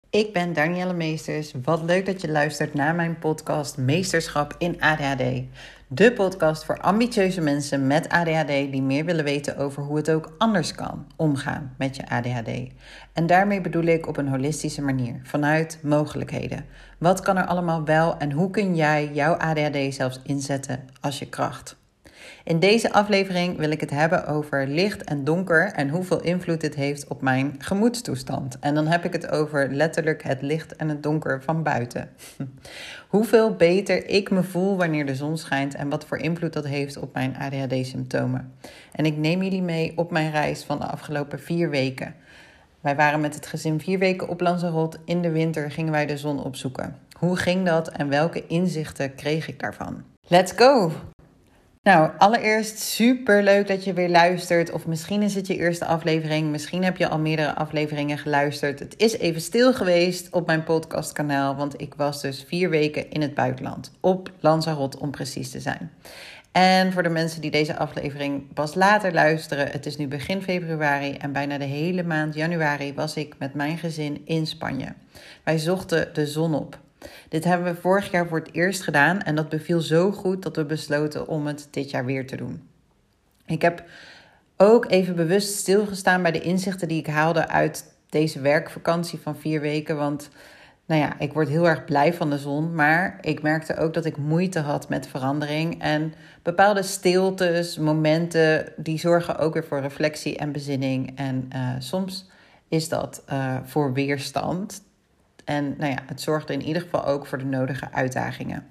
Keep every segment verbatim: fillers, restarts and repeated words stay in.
Ik ben Danielle Meesters. Wat leuk dat je luistert naar mijn podcast Meesterschap in A D H D. De podcast voor ambitieuze mensen met A D H D die meer willen weten over hoe het ook anders kan omgaan met je A D H D. En daarmee bedoel ik op een holistische manier, vanuit mogelijkheden. Wat kan er allemaal wel en hoe kun jij jouw A D H D zelfs inzetten als je kracht? In deze aflevering wil ik het hebben over licht en donker en hoeveel invloed dit heeft op mijn gemoedstoestand. En dan heb ik het over letterlijk het licht en het donker van buiten. Hoeveel beter ik me voel wanneer de zon schijnt en wat voor invloed dat heeft op mijn A D H D-symptomen. En ik neem jullie mee op mijn reis van de afgelopen vier weken. Wij waren met het gezin vier weken op Lanzarote. In de winter gingen wij de zon opzoeken. Hoe ging dat en welke inzichten kreeg ik daarvan? Let's go! Nou, allereerst super leuk dat je weer luistert. Of misschien is het je eerste aflevering. Misschien heb je al meerdere afleveringen geluisterd. Het is even stil geweest op mijn podcastkanaal. Want ik was dus vier weken in het buitenland. Op Lanzarote om precies te zijn. En voor de mensen die deze aflevering pas later luisteren. Het is nu begin februari. En bijna de hele maand januari was ik met mijn gezin in Spanje. Wij zochten de zon op. Dit hebben we vorig jaar voor het eerst gedaan en dat beviel zo goed dat we besloten om het dit jaar weer te doen. Ik heb ook even bewust stilgestaan bij de inzichten die ik haalde uit deze werkvakantie van vier weken. Want nou ja, ik word heel erg blij van de zon, maar ik merkte ook dat ik moeite had met verandering. En bepaalde stiltes, momenten, die zorgen ook weer voor reflectie en bezinning. En uh, soms is dat uh, voor weerstand. En nou ja, het zorgde in ieder geval ook voor de nodige uitdagingen.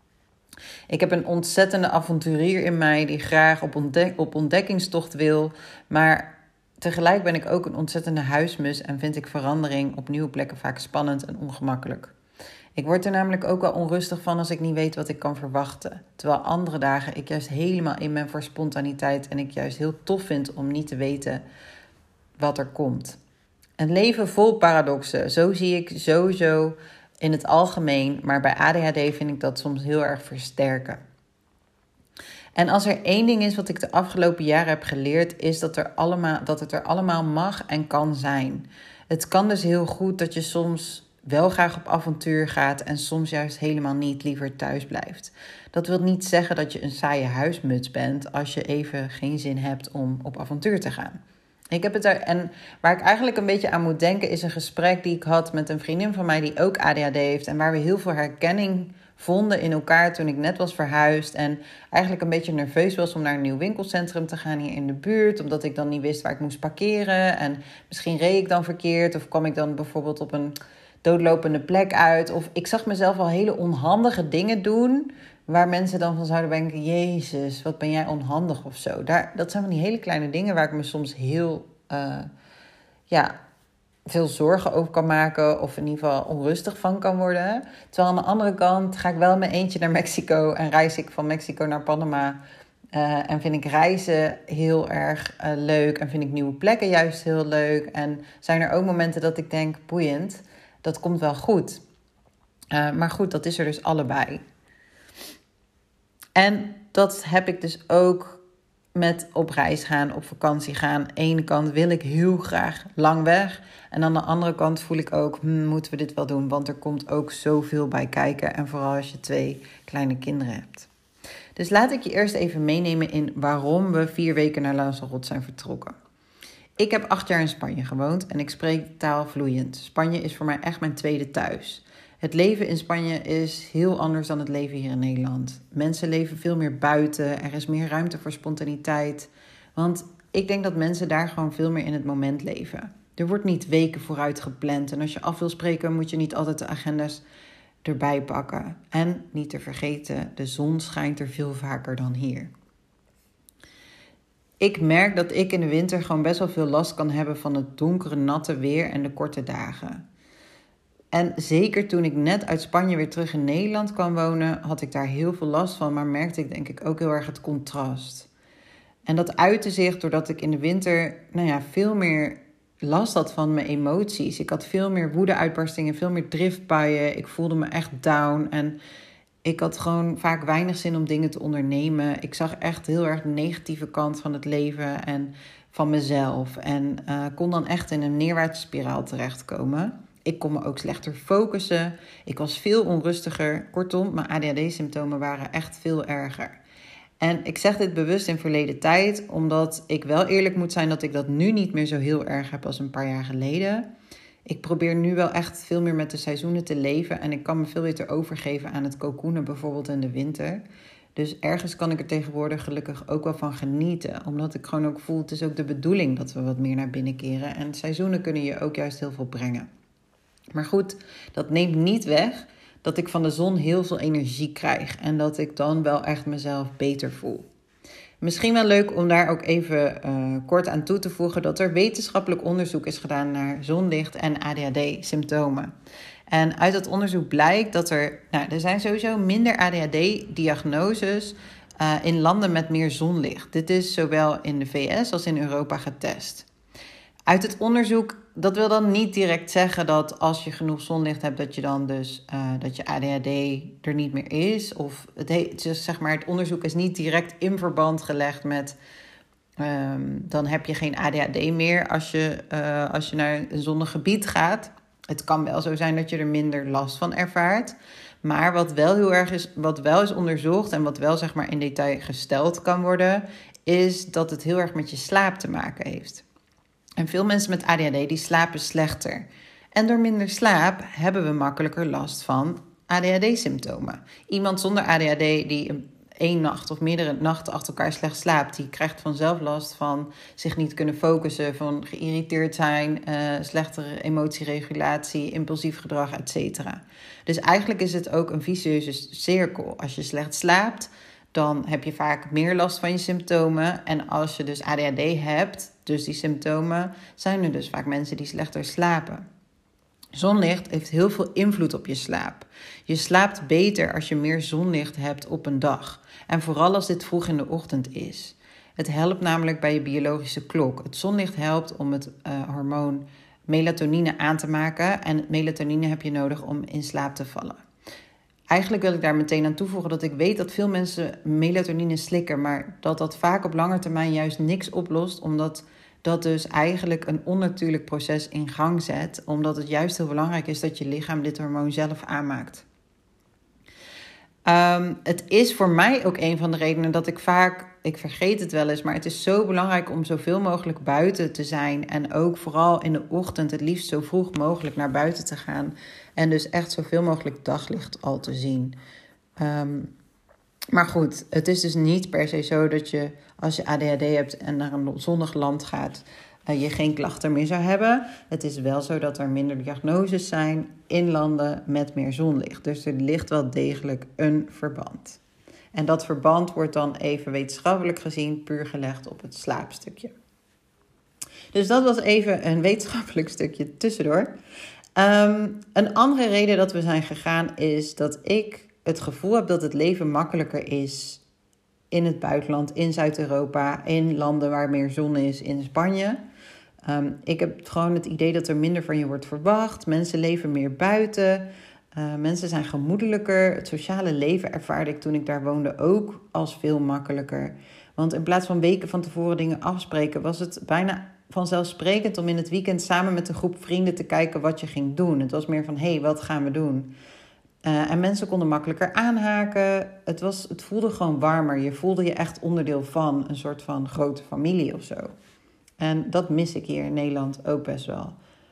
Ik heb een ontzettende avonturier in mij die graag op, ontdek- op ontdekkingstocht wil. Maar tegelijk ben ik ook een ontzettende huismus en vind ik verandering op nieuwe plekken vaak spannend en ongemakkelijk. Ik word er namelijk ook wel onrustig van als ik niet weet wat ik kan verwachten. Terwijl andere dagen ik juist helemaal in ben voor spontaniteit en ik juist heel tof vind om niet te weten wat er komt. Een leven vol paradoxen, zo zie ik sowieso in het algemeen, maar bij A D H D vind ik dat soms heel erg versterken. En als er één ding is wat ik de afgelopen jaren heb geleerd, is dat, er allemaal, dat het er allemaal mag en kan zijn. Het kan dus heel goed dat je soms wel graag op avontuur gaat en soms juist helemaal niet, liever thuis blijft. Dat wil niet zeggen dat je een saaie huismuts bent als je even geen zin hebt om op avontuur te gaan. Ik heb het er, en waar ik eigenlijk een beetje aan moet denken is een gesprek die ik had met een vriendin van mij die ook A D H D heeft. En waar we heel veel herkenning vonden in elkaar toen ik net was verhuisd. En eigenlijk een beetje nerveus was om naar een nieuw winkelcentrum te gaan hier in de buurt. Omdat ik dan niet wist waar ik moest parkeren. En misschien reed ik dan verkeerd of kwam ik dan bijvoorbeeld op een doodlopende plek uit. Of ik zag mezelf al hele onhandige dingen doen. Waar mensen dan van zouden denken, Jezus, wat ben jij onhandig of zo. Daar, dat zijn van die hele kleine dingen waar ik me soms heel uh, ja, veel zorgen over kan maken. Of in ieder geval onrustig van kan worden. Terwijl aan de andere kant ga ik wel in mijn eentje naar Mexico. En reis ik van Mexico naar Panama. Uh, en vind ik reizen heel erg uh, leuk. En vind ik nieuwe plekken juist heel leuk. En zijn er ook momenten dat ik denk, boeiend, dat komt wel goed. Uh, maar goed, dat is er dus allebei. En dat heb ik dus ook met op reis gaan, op vakantie gaan. Aan de ene kant wil ik heel graag lang weg. En aan de andere kant voel ik ook, hm, moeten we dit wel doen? Want er komt ook zoveel bij kijken. En vooral als je twee kleine kinderen hebt. Dus laat ik je eerst even meenemen in waarom we vier weken naar Lanzarote zijn vertrokken. Ik heb acht jaar in Spanje gewoond en ik spreek de taal vloeiend. Spanje is voor mij echt mijn tweede thuis. Het leven in Spanje is heel anders dan het leven hier in Nederland. Mensen leven veel meer buiten. Er is meer ruimte voor spontaniteit. Want ik denk dat mensen daar gewoon veel meer in het moment leven. Er wordt niet weken vooruit gepland. En als je af wil spreken, moet je niet altijd de agenda's erbij pakken. En niet te vergeten, de zon schijnt er veel vaker dan hier. Ik merk dat ik in de winter gewoon best wel veel last kan hebben van het donkere, natte weer en de korte dagen. En zeker toen ik net uit Spanje weer terug in Nederland kwam wonen, had ik daar heel veel last van, maar merkte ik denk ik ook heel erg het contrast. En dat uitte zich doordat ik in de winter nou ja, veel meer last had van mijn emoties. Ik had veel meer woede-uitbarstingen, veel meer driftbuien. Ik voelde me echt down en ik had gewoon vaak weinig zin om dingen te ondernemen. Ik zag echt heel erg de negatieve kant van het leven en van mezelf. En uh, kon dan echt in een neerwaartse spiraal terechtkomen. Ik kon me ook slechter focussen. Ik was veel onrustiger. Kortom, mijn A D H D-symptomen waren echt veel erger. En ik zeg dit bewust in verleden tijd, omdat ik wel eerlijk moet zijn dat ik dat nu niet meer zo heel erg heb als een paar jaar geleden. Ik probeer nu wel echt veel meer met de seizoenen te leven en ik kan me veel beter overgeven aan het cocoonen bijvoorbeeld in de winter. Dus ergens kan ik er tegenwoordig gelukkig ook wel van genieten. Omdat ik gewoon ook voel, het is ook de bedoeling dat we wat meer naar binnen keren. En seizoenen kunnen je ook juist heel veel brengen. Maar goed, dat neemt niet weg dat ik van de zon heel veel energie krijg. En dat ik dan wel echt mezelf beter voel. Misschien wel leuk om daar ook even uh, kort aan toe te voegen dat er wetenschappelijk onderzoek is gedaan naar zonlicht en A D H D-symptomen. En uit dat onderzoek blijkt dat er, nou, er zijn sowieso minder A D H D-diagnoses uh, in landen met meer zonlicht. Dit is zowel in de V S als in Europa getest. Uit het onderzoek, dat wil dan niet direct zeggen dat als je genoeg zonlicht hebt, dat je dan dus uh, dat je A D H D er niet meer is. Of het, heet, dus zeg maar, het onderzoek is niet direct in verband gelegd met um, dan heb je geen A D H D meer als je, uh, als je naar een zonnig gebied gaat. Het kan wel zo zijn dat je er minder last van ervaart. Maar wat wel heel erg is, wat wel is onderzocht en wat wel zeg maar in detail gesteld kan worden, is dat het heel erg met je slaap te maken heeft. En veel mensen met A D H D die slapen slechter. En door minder slaap hebben we makkelijker last van A D H D-symptomen. Iemand zonder A D H D die één nacht of meerdere nachten achter elkaar slecht slaapt, die krijgt vanzelf last van zich niet kunnen focussen, van geïrriteerd zijn, uh, slechtere emotieregulatie, impulsief gedrag, et cetera. Dus eigenlijk is het ook een vicieuze cirkel. Als je slecht slaapt, dan heb je vaak meer last van je symptomen. En als je dus A D H D hebt, dus die symptomen, zijn er dus vaak mensen die slechter slapen. Zonlicht heeft heel veel invloed op je slaap. Je slaapt beter als je meer zonlicht hebt op een dag. En vooral als dit vroeg in de ochtend is. Het helpt namelijk bij je biologische klok. Het zonlicht helpt om het uh, hormoon melatonine aan te maken. En melatonine heb je nodig om in slaap te vallen. Eigenlijk wil ik daar meteen aan toevoegen dat ik weet dat veel mensen melatonine slikken, maar dat dat vaak op lange termijn juist niks oplost, omdat dat dus eigenlijk een onnatuurlijk proces in gang zet, omdat het juist heel belangrijk is dat je lichaam dit hormoon zelf aanmaakt. Um, het is voor mij ook een van de redenen dat ik vaak, ik vergeet het wel eens, maar het is zo belangrijk om zoveel mogelijk buiten te zijn. En ook vooral in de ochtend het liefst zo vroeg mogelijk naar buiten te gaan. En dus echt zoveel mogelijk daglicht al te zien. Um, maar goed, het is dus niet per se zo dat je als je A D H D hebt en naar een zonnig land gaat, Uh, je geen klachten meer zou hebben. Het is wel zo dat er minder diagnoses zijn in landen met meer zonlicht. Dus er ligt wel degelijk een verband. En dat verband wordt dan even wetenschappelijk gezien puur gelegd op het slaapstukje. Dus dat was even een wetenschappelijk stukje tussendoor. Um, een andere reden dat we zijn gegaan is dat ik het gevoel heb dat het leven makkelijker is in het buitenland, in Zuid-Europa, in landen waar meer zon is, in Spanje. Um, ik heb gewoon het idee dat er minder van je wordt verwacht. Mensen leven meer buiten. Uh, mensen zijn gemoedelijker. Het sociale leven ervaarde ik toen ik daar woonde ook als veel makkelijker. Want in plaats van weken van tevoren dingen afspreken, was het bijna vanzelfsprekend om in het weekend samen met een groep vrienden te kijken wat je ging doen. Het was meer van, hé, hey, wat gaan we doen? Uh, en mensen konden makkelijker aanhaken. Het, was, het voelde gewoon warmer. Je voelde je echt onderdeel van een soort van grote familie of zo. En dat mis ik hier in Nederland ook best wel.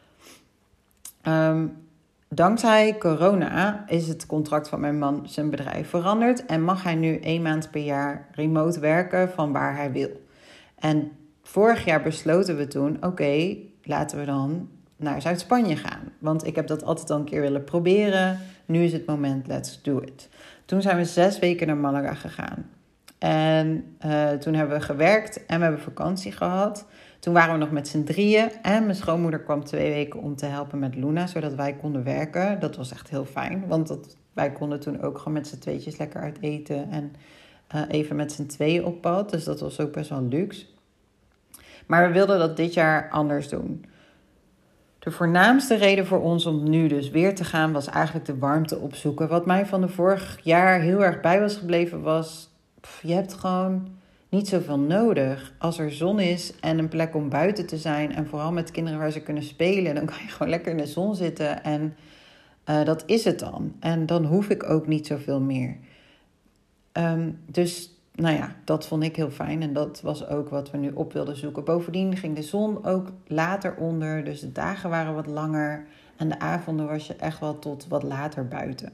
Um, dankzij corona is het contract van mijn man zijn bedrijf veranderd. En mag hij nu één maand per jaar remote werken van waar hij wil. En vorig jaar besloten we toen, oké, okay, laten we dan naar Zuid-Spanje gaan. Want ik heb dat altijd al een keer willen proberen. Nu is het moment, let's do it. Toen zijn we zes weken naar Malaga gegaan. En uh, toen hebben we gewerkt en we hebben vakantie gehad. Toen waren we nog met z'n drieën. En mijn schoonmoeder kwam twee weken om te helpen met Luna, zodat wij konden werken. Dat was echt heel fijn, want dat, wij konden toen ook gewoon met z'n tweetjes lekker uit eten. En uh, even met z'n tweeën op pad. Dus dat was ook best wel luxe. Maar we wilden dat dit jaar anders doen. De voornaamste reden voor ons om nu dus weer te gaan was eigenlijk de warmte opzoeken. Wat mij van de vorig jaar heel erg bij was gebleven was, pff, je hebt gewoon niet zoveel nodig. Als er zon is en een plek om buiten te zijn en vooral met kinderen waar ze kunnen spelen, dan kan je gewoon lekker in de zon zitten en uh, dat is het dan. En dan hoef ik ook niet zoveel meer. Um, dus nou ja, dat vond ik heel fijn en dat was ook wat we nu op wilden zoeken. Bovendien ging de zon ook later onder, dus de dagen waren wat langer en de avonden was je echt wel tot wat later buiten.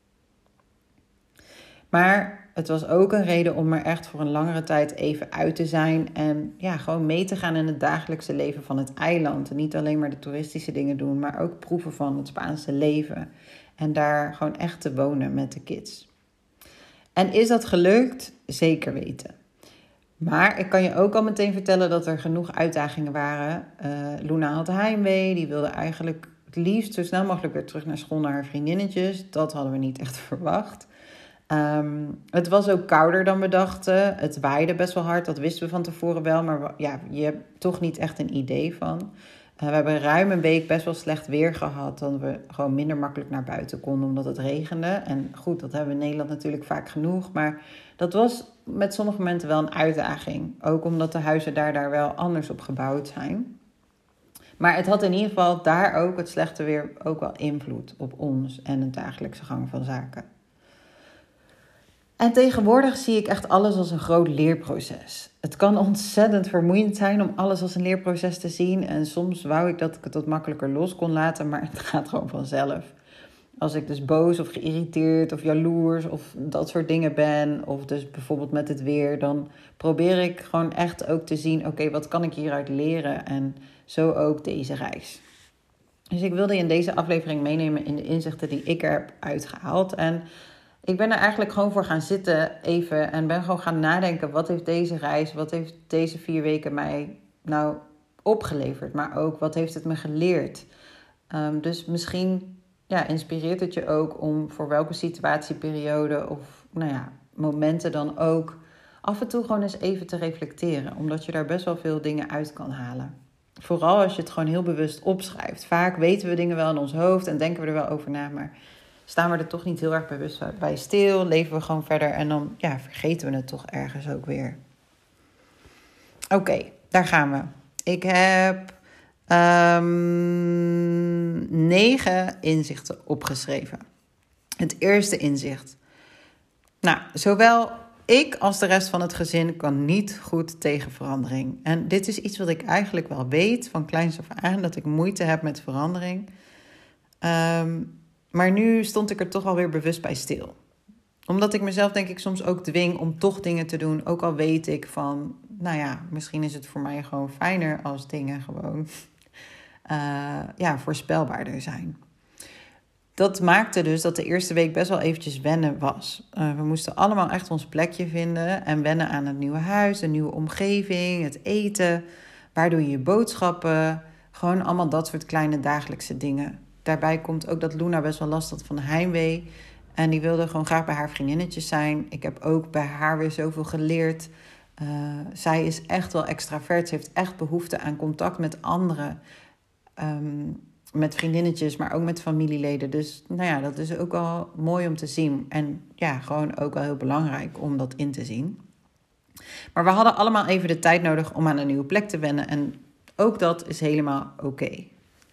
Maar het was ook een reden om er echt voor een langere tijd even uit te zijn en ja, gewoon mee te gaan in het dagelijkse leven van het eiland. En niet alleen maar de toeristische dingen doen, maar ook proeven van het Spaanse leven. En daar gewoon echt te wonen met de kids. En is dat gelukt? Zeker weten. Maar ik kan je ook al meteen vertellen dat er genoeg uitdagingen waren. Uh, Luna had heimwee, die wilde eigenlijk het liefst zo snel mogelijk weer terug naar school naar haar vriendinnetjes. Dat hadden we niet echt verwacht. Um, het was ook kouder dan we dachten. Het waaide best wel hard, dat wisten we van tevoren wel. Maar ja, je hebt toch niet echt een idee van. Uh, we hebben ruim een week best wel slecht weer gehad. Dat we gewoon minder makkelijk naar buiten konden omdat het regende. En goed, dat hebben we in Nederland natuurlijk vaak genoeg. Maar dat was met sommige momenten wel een uitdaging. Ook omdat de huizen daar, daar wel anders op gebouwd zijn. Maar het had in ieder geval daar ook, het slechte weer, ook wel invloed op ons en de dagelijkse gang van zaken. En tegenwoordig zie ik echt alles als een groot leerproces. Het kan ontzettend vermoeiend zijn om alles als een leerproces te zien. En soms wou ik dat ik het wat makkelijker los kon laten, maar het gaat gewoon vanzelf. Als ik dus boos of geïrriteerd of jaloers of dat soort dingen ben, of dus bijvoorbeeld met het weer, dan probeer ik gewoon echt ook te zien, oké, okay, wat kan ik hieruit leren? En zo ook deze reis. Dus ik wilde je in deze aflevering meenemen in de inzichten die ik er heb uitgehaald. En ik ben er eigenlijk gewoon voor gaan zitten even en ben gewoon gaan nadenken, wat heeft deze reis, wat heeft deze vier weken mij nou opgeleverd? Maar ook, wat heeft het me geleerd? Um, dus misschien ja, inspireert het je ook om voor welke situatieperiode of nou ja, momenten dan ook af en toe gewoon eens even te reflecteren. Omdat je daar best wel veel dingen uit kan halen. Vooral als je het gewoon heel bewust opschrijft. Vaak weten we dingen wel in ons hoofd en denken we er wel over na, maar staan we er toch niet heel erg bewust bij stil, leven we gewoon verder en dan ja, vergeten we het toch ergens ook weer. Oké, okay, daar gaan we. Ik heb um, negen inzichten opgeschreven. Het eerste inzicht. Nou, zowel ik als de rest van het gezin kan niet goed tegen verandering. En dit is iets wat ik eigenlijk wel weet van kleins af aan, dat ik moeite heb met verandering. Um, Maar nu stond ik er toch wel weer bewust bij stil. Omdat ik mezelf denk ik soms ook dwing om toch dingen te doen. Ook al weet ik van, nou ja, misschien is het voor mij gewoon fijner als dingen gewoon uh, ja, voorspelbaarder zijn. Dat maakte dus dat de eerste week best wel eventjes wennen was. Uh, we moesten allemaal echt ons plekje vinden en wennen aan het nieuwe huis, de nieuwe omgeving, het eten. Waar doe je je boodschappen? Gewoon allemaal dat soort kleine dagelijkse dingen. Daarbij komt ook dat Luna best wel last had van heimwee. En die wilde gewoon graag bij haar vriendinnetjes zijn. Ik heb ook bij haar weer zoveel geleerd. Uh, zij is echt wel extravert. Ze heeft echt behoefte aan contact met anderen. Um, met vriendinnetjes, maar ook met familieleden. Dus nou ja, dat is ook wel mooi om te zien. En ja, gewoon ook wel heel belangrijk om dat in te zien. Maar we hadden allemaal even de tijd nodig om aan een nieuwe plek te wennen. En ook dat is helemaal oké. Okay.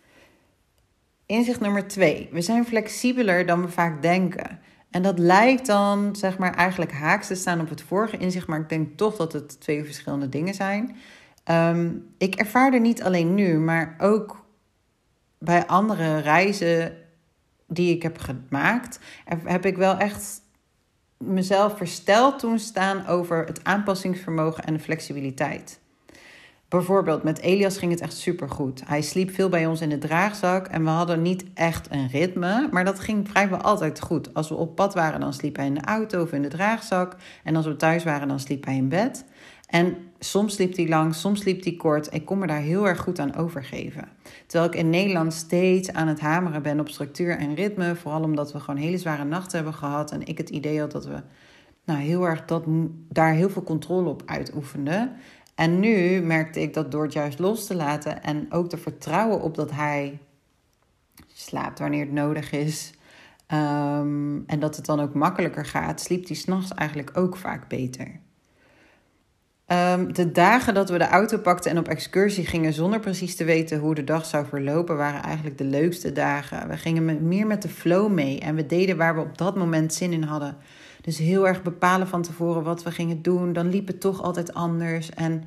Inzicht nummer twee. We zijn flexibeler dan we vaak denken. En dat lijkt dan, zeg maar, eigenlijk haaks te staan op het vorige inzicht. Maar ik denk toch dat het twee verschillende dingen zijn. Um, ik ervaar er niet alleen nu, maar ook bij andere reizen die ik heb gemaakt, heb ik wel echt mezelf versteld toen staan over het aanpassingsvermogen en de flexibiliteit. Bijvoorbeeld met Elias ging het echt supergoed. Hij sliep veel bij ons in de draagzak en we hadden niet echt een ritme, maar dat ging vrijwel altijd goed. Als we op pad waren, dan sliep hij in de auto of in de draagzak. En als we thuis waren, dan sliep hij in bed. En soms sliep hij lang, soms sliep hij kort. Ik kon me daar heel erg goed aan overgeven. Terwijl ik in Nederland steeds aan het hameren ben op structuur en ritme. Vooral omdat we gewoon hele zware nachten hebben gehad. En ik het idee had dat we nou, heel erg dat, daar heel veel controle op uitoefenden. En nu merkte ik dat door het juist los te laten en ook te vertrouwen op dat hij slaapt wanneer het nodig is. Um, en dat het dan ook makkelijker gaat, sliep hij 's nachts eigenlijk ook vaak beter. Um, de dagen dat we de auto pakten en op excursie gingen zonder precies te weten hoe de dag zou verlopen, waren eigenlijk de leukste dagen. We gingen met, meer met de flow mee en we deden waar we op dat moment zin in hadden. Dus heel erg bepalen van tevoren wat we gingen doen. Dan liep het toch altijd anders. En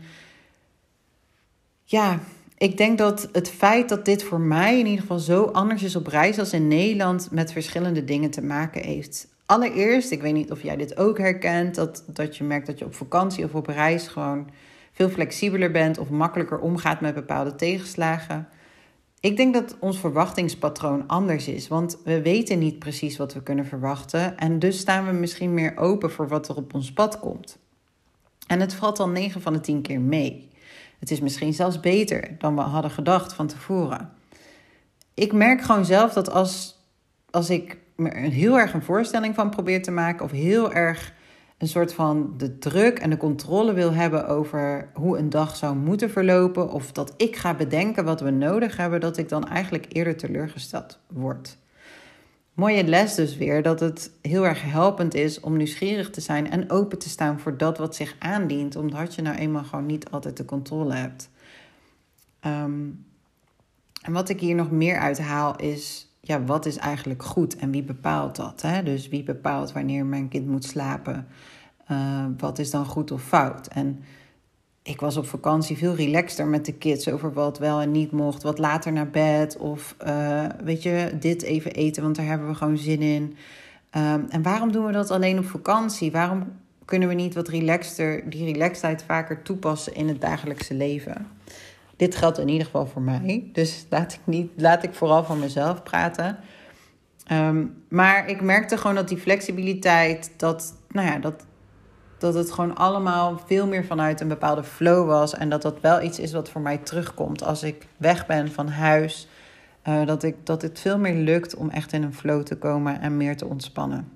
ja, ik denk dat het feit dat dit voor mij in ieder geval zo anders is op reis als in Nederland met verschillende dingen te maken heeft. Allereerst, ik weet niet of jij dit ook herkent, dat, dat je merkt dat je op vakantie of op reis gewoon veel flexibeler bent of makkelijker omgaat met bepaalde tegenslagen. Ik denk dat ons verwachtingspatroon anders is, want we weten niet precies wat we kunnen verwachten en dus staan we misschien meer open voor wat er op ons pad komt. En het valt al negen van de tien keer mee. Het is misschien zelfs beter dan we hadden gedacht van tevoren. Ik merk gewoon zelf dat als, als ik er heel erg een voorstelling van probeer te maken of heel erg een soort van de druk en de controle wil hebben over hoe een dag zou moeten verlopen of dat ik ga bedenken wat we nodig hebben, dat ik dan eigenlijk eerder teleurgesteld word. Mooie les dus weer dat het heel erg helpend is om nieuwsgierig te zijn en open te staan voor dat wat zich aandient, omdat je nou eenmaal gewoon niet altijd de controle hebt. Um, en wat ik hier nog meer uithaal is, ja, wat is eigenlijk goed en wie bepaalt dat? Hè? Dus wie bepaalt wanneer mijn kind moet slapen? Uh, wat is dan goed of fout? En ik was op vakantie veel relaxter met de kids over wat wel en niet mocht. Wat later naar bed of uh, weet je, dit even eten, want daar hebben we gewoon zin in. Um, en waarom doen we dat alleen op vakantie? Waarom kunnen we niet wat relaxter, die relaxedheid vaker toepassen in het dagelijkse leven? Dit geldt in ieder geval voor mij. Dus laat ik, niet, laat ik vooral van mezelf praten. Um, maar ik merkte gewoon dat die flexibiliteit, dat, nou ja, dat, dat het gewoon allemaal veel meer vanuit een bepaalde flow was. En dat dat wel iets is wat voor mij terugkomt als ik weg ben van huis. Uh, dat, ik, dat het veel meer lukt om echt in een flow te komen en meer te ontspannen.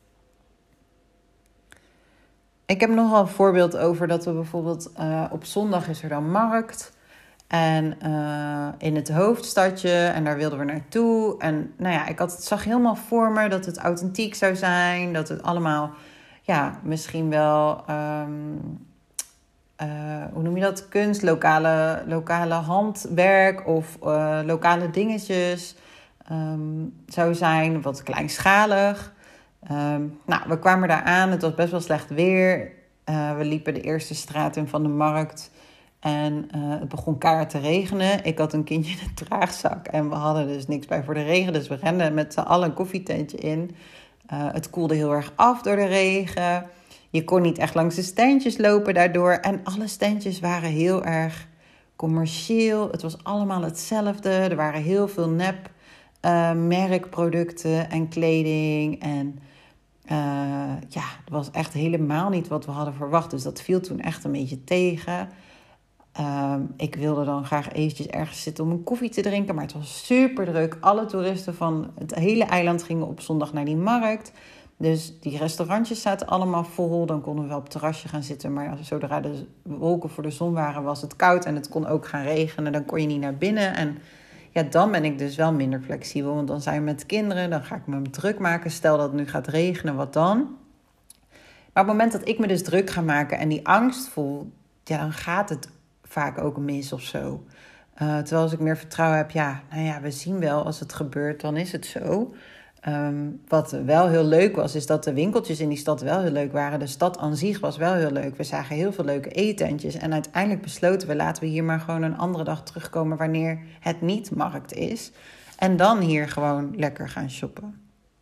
Ik heb nog wel een voorbeeld over dat we bijvoorbeeld uh, op zondag is er dan markt. En uh, in het hoofdstadje, en daar wilden we naartoe. En nou ja, ik had, het zag helemaal voor me dat het authentiek zou zijn. Dat het allemaal, ja, misschien wel, um, uh, hoe noem je dat? Kunst, lokale, lokale handwerk of uh, lokale dingetjes um, zou zijn. Wat kleinschalig. Um, nou, we kwamen daar aan. Het was best wel slecht weer. Uh, we liepen de eerste straat in van de markt. En uh, het begon keihard te regenen. Ik had een kindje in een draagzak. En we hadden dus niks bij voor de regen. Dus we renden met z'n allen een koffietentje in. Uh, het koelde heel erg af door de regen. Je kon niet echt langs de standjes lopen daardoor. En alle standjes waren heel erg commercieel. Het was allemaal hetzelfde. Er waren heel veel nep uh, merkproducten en kleding. En uh, ja, het was echt helemaal niet wat we hadden verwacht. Dus dat viel toen echt een beetje tegen. Um, ik wilde dan graag eventjes ergens zitten om een koffie te drinken. Maar het was super druk. Alle toeristen van het hele eiland gingen op zondag naar die markt. Dus die restaurantjes zaten allemaal vol. Dan konden we wel op het terrasje gaan zitten. Maar zodra de wolken voor de zon waren, was het koud. En het kon ook gaan regenen. Dan kon je niet naar binnen. En ja, dan ben ik dus wel minder flexibel. Want dan zijn we met kinderen. Dan ga ik me druk maken. Stel dat het nu gaat regenen, wat dan? Maar op het moment dat ik me dus druk ga maken en die angst voel, ja, dan gaat het vaak ook mis of zo. Uh, terwijl als ik meer vertrouwen heb, ja, nou ja, we zien wel als het gebeurt, dan is het zo. Um, wat wel heel leuk was, is dat de winkeltjes in die stad wel heel leuk waren. De stad aan zich was wel heel leuk. We zagen heel veel leuke eetentjes. En uiteindelijk besloten we, laten we hier maar gewoon een andere dag terugkomen wanneer het niet markt is. En dan hier gewoon lekker gaan shoppen.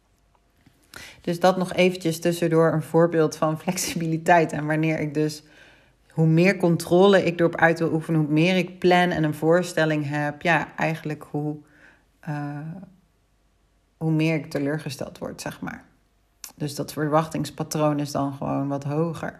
Dus dat nog eventjes tussendoor een voorbeeld van flexibiliteit. En wanneer ik dus, hoe meer controle ik erop uit wil oefenen, hoe meer ik plan en een voorstelling heb. Ja, eigenlijk hoe, uh, hoe meer ik teleurgesteld word, zeg maar. Dus dat verwachtingspatroon is dan gewoon wat hoger.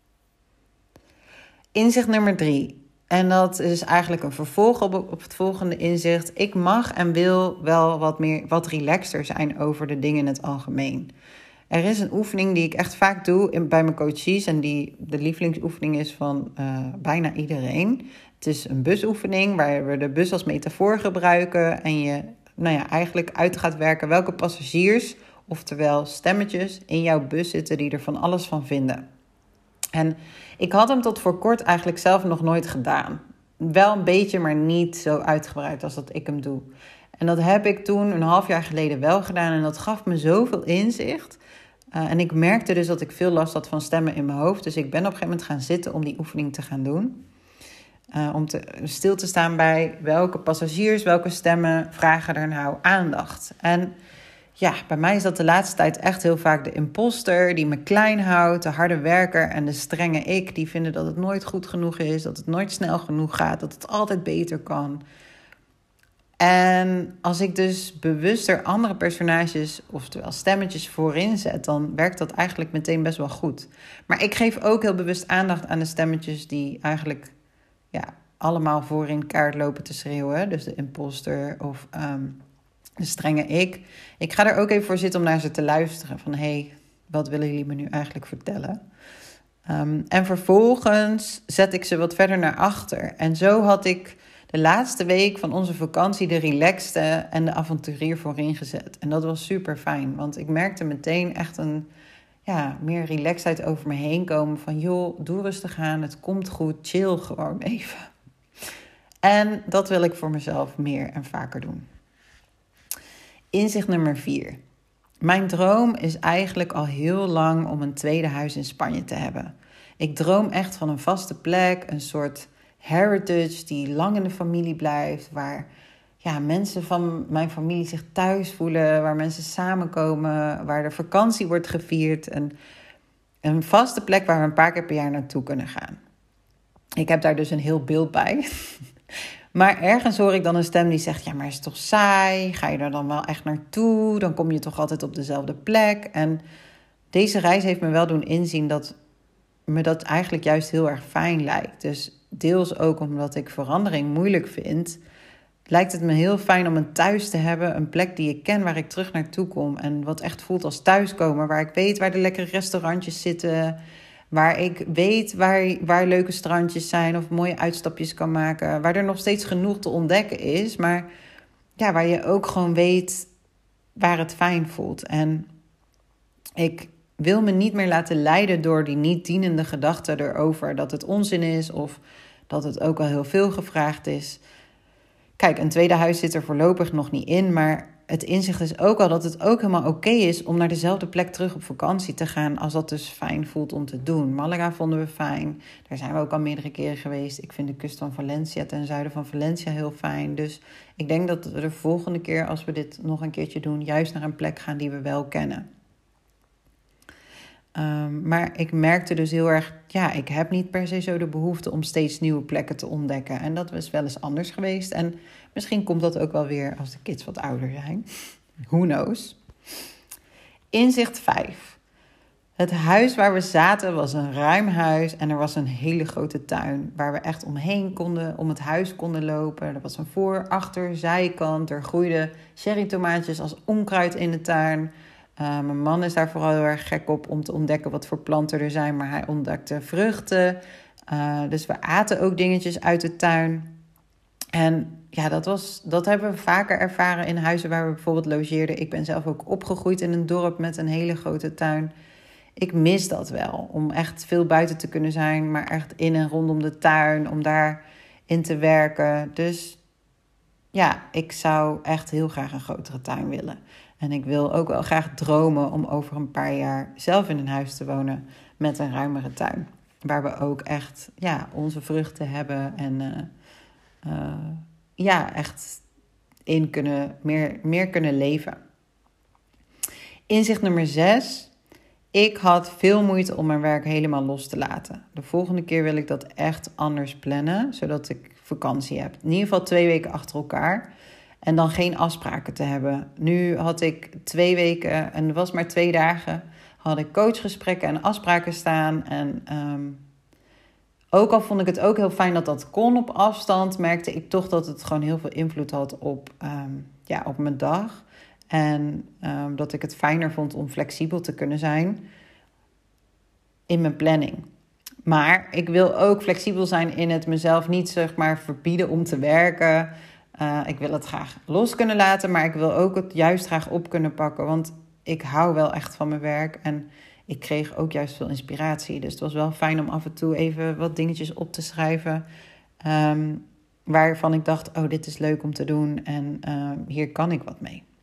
Inzicht nummer drie. En dat is eigenlijk een vervolg op, op het volgende inzicht. Ik mag en wil wel wat meer, wat relaxter zijn over de dingen in het algemeen. Er is een oefening die ik echt vaak doe in, bij mijn coaches. En die de lievelingsoefening is van uh, bijna iedereen. Het is een busoefening waar we de bus als metafoor gebruiken. En je nou ja, eigenlijk uit gaat werken welke passagiers, oftewel stemmetjes, in jouw bus zitten die er van alles van vinden. En ik had hem tot voor kort eigenlijk zelf nog nooit gedaan. Wel een beetje, maar niet zo uitgebreid als dat ik hem doe. En dat heb ik toen een half jaar geleden wel gedaan. En dat gaf me zoveel inzicht. Uh, en ik merkte dus dat ik veel last had van stemmen in mijn hoofd. Dus ik ben op een gegeven moment gaan zitten om die oefening te gaan doen. Uh, om te, stil te staan bij welke passagiers, welke stemmen vragen er nou aandacht. En ja, bij mij is dat de laatste tijd echt heel vaak de imposter die me klein houdt, de harde werker en de strenge ik. Die vinden dat het nooit goed genoeg is, dat het nooit snel genoeg gaat, dat het altijd beter kan. En als ik dus bewuster andere personages, oftewel stemmetjes voorin zet, dan werkt dat eigenlijk meteen best wel goed. Maar ik geef ook heel bewust aandacht aan de stemmetjes die eigenlijk ja, allemaal voorin kaart lopen te schreeuwen. Dus de imposter of um, de strenge ik. Ik ga er ook even voor zitten om naar ze te luisteren. Van, hé, hey, wat willen jullie me nu eigenlijk vertellen? Um, en vervolgens zet ik ze wat verder naar achter. En zo had ik de laatste week van onze vakantie de relaxte en de avonturier voorin gezet. En dat was super fijn, want ik merkte meteen echt een ja, meer relaxedheid over me heen komen. Van joh, doe rustig aan, het komt goed, chill gewoon even. En dat wil ik voor mezelf meer en vaker doen. Inzicht nummer vier. Mijn droom is eigenlijk al heel lang om een tweede huis in Spanje te hebben. Ik droom echt van een vaste plek, een soort heritage die lang in de familie blijft, waar ja, mensen van mijn familie zich thuis voelen, waar mensen samenkomen, waar de vakantie wordt gevierd. En een vaste plek waar we een paar keer per jaar naartoe kunnen gaan. Ik heb daar dus een heel beeld bij. Maar ergens hoor ik dan een stem die zegt, ja, maar is het toch saai? Ga je er dan wel echt naartoe? Dan kom je toch altijd op dezelfde plek? En deze reis heeft me wel doen inzien dat me dat eigenlijk juist heel erg fijn lijkt. Dus deels ook omdat ik verandering moeilijk vind, lijkt het me heel fijn om een thuis te hebben, een plek die ik ken, waar ik terug naartoe kom en wat echt voelt als thuiskomen, waar ik weet waar de lekkere restaurantjes zitten, waar ik weet waar, waar leuke strandjes zijn of mooie uitstapjes kan maken, waar er nog steeds genoeg te ontdekken is, maar ja, waar je ook gewoon weet waar het fijn voelt. En ik wil me niet meer laten leiden door die niet dienende gedachten erover dat het onzin is of dat het ook al heel veel gevraagd is. Kijk, een tweede huis zit er voorlopig nog niet in, maar het inzicht is ook al dat het ook helemaal oké is om naar dezelfde plek terug op vakantie te gaan als dat dus fijn voelt om te doen. Malaga vonden we fijn, daar zijn we ook al meerdere keren geweest. Ik vind de kust van Valencia, ten zuiden van Valencia, heel fijn. Dus ik denk dat we de volgende keer, als we dit nog een keertje doen, juist naar een plek gaan die we wel kennen. Um, maar ik merkte dus heel erg, ja, ik heb niet per se zo de behoefte om steeds nieuwe plekken te ontdekken. En dat is wel eens anders geweest. En misschien komt dat ook wel weer als de kids wat ouder zijn. Who knows? Inzicht vijf. Het huis waar we zaten was een ruim huis en er was een hele grote tuin waar we echt omheen konden, om het huis konden lopen. Er was een voor-, achter-, zijkant. Er groeiden cherrytomaatjes als onkruid in de tuin. Uh, mijn man is daar vooral heel erg gek op om te ontdekken wat voor planten er zijn, maar hij ontdekte vruchten. Uh, dus we aten ook dingetjes uit de tuin. En ja, dat, was, dat hebben we vaker ervaren in huizen waar we bijvoorbeeld logeerden. Ik ben zelf ook opgegroeid in een dorp met een hele grote tuin. Ik mis dat wel, om echt veel buiten te kunnen zijn, maar echt in en rondom de tuin, om daarin te werken. Dus ja, ik zou echt heel graag een grotere tuin willen. En ik wil ook wel graag dromen om over een paar jaar zelf in een huis te wonen met een ruimere tuin. Waar we ook echt ja, onze vruchten hebben en uh, uh, ja, echt in kunnen, meer, meer kunnen leven. Inzicht nummer zes. Ik had veel moeite om mijn werk helemaal los te laten. De volgende keer wil ik dat echt anders plannen, zodat ik vakantie heb. In ieder geval twee weken achter elkaar. En dan geen afspraken te hebben. Nu had ik twee weken, en het was maar twee dagen, had ik coachgesprekken en afspraken staan. En um, ook al vond ik het ook heel fijn dat dat kon op afstand, merkte ik toch dat het gewoon heel veel invloed had op, um, ja, op mijn dag. En um, dat ik het fijner vond om flexibel te kunnen zijn in mijn planning. Maar ik wil ook flexibel zijn in het mezelf niet zeg maar verbieden om te werken. Uh, ik wil het graag los kunnen laten, maar ik wil ook het juist graag op kunnen pakken. Want ik hou wel echt van mijn werk en ik kreeg ook juist veel inspiratie. Dus het was wel fijn om af en toe even wat dingetjes op te schrijven. Um, waarvan ik dacht, oh, dit is leuk om te doen en uh, hier kan ik wat mee.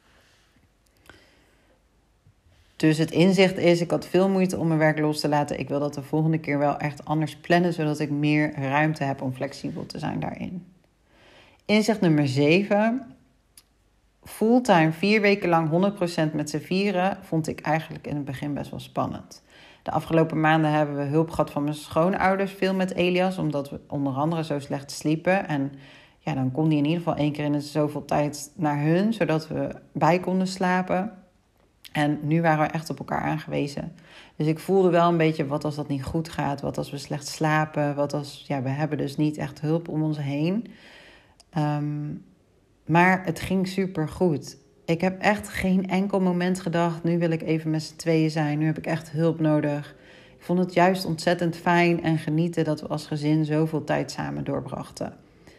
Dus het inzicht is, ik had veel moeite om mijn werk los te laten. Ik wil dat de volgende keer wel echt anders plannen, zodat ik meer ruimte heb om flexibel te zijn daarin. Inzicht nummer zeven. Fulltime vier weken lang honderd procent met z'n vieren vond ik eigenlijk in het begin best wel spannend. De afgelopen maanden hebben we hulp gehad van mijn schoonouders, veel met Elias, omdat we onder andere zo slecht sliepen. En ja, dan kon die in ieder geval één keer in de zoveel tijd naar hun, zodat we bij konden slapen. En nu waren we echt op elkaar aangewezen. Dus ik voelde wel een beetje, wat als dat niet goed gaat? Wat als we slecht slapen? Wat als, ja, we hebben dus niet echt hulp om ons heen. Um, maar het ging super goed. Ik heb echt geen enkel moment gedacht, nu wil ik even met z'n tweeën zijn. Nu heb ik echt hulp nodig. Ik vond het juist ontzettend fijn en genieten dat we als gezin zoveel tijd samen doorbrachten.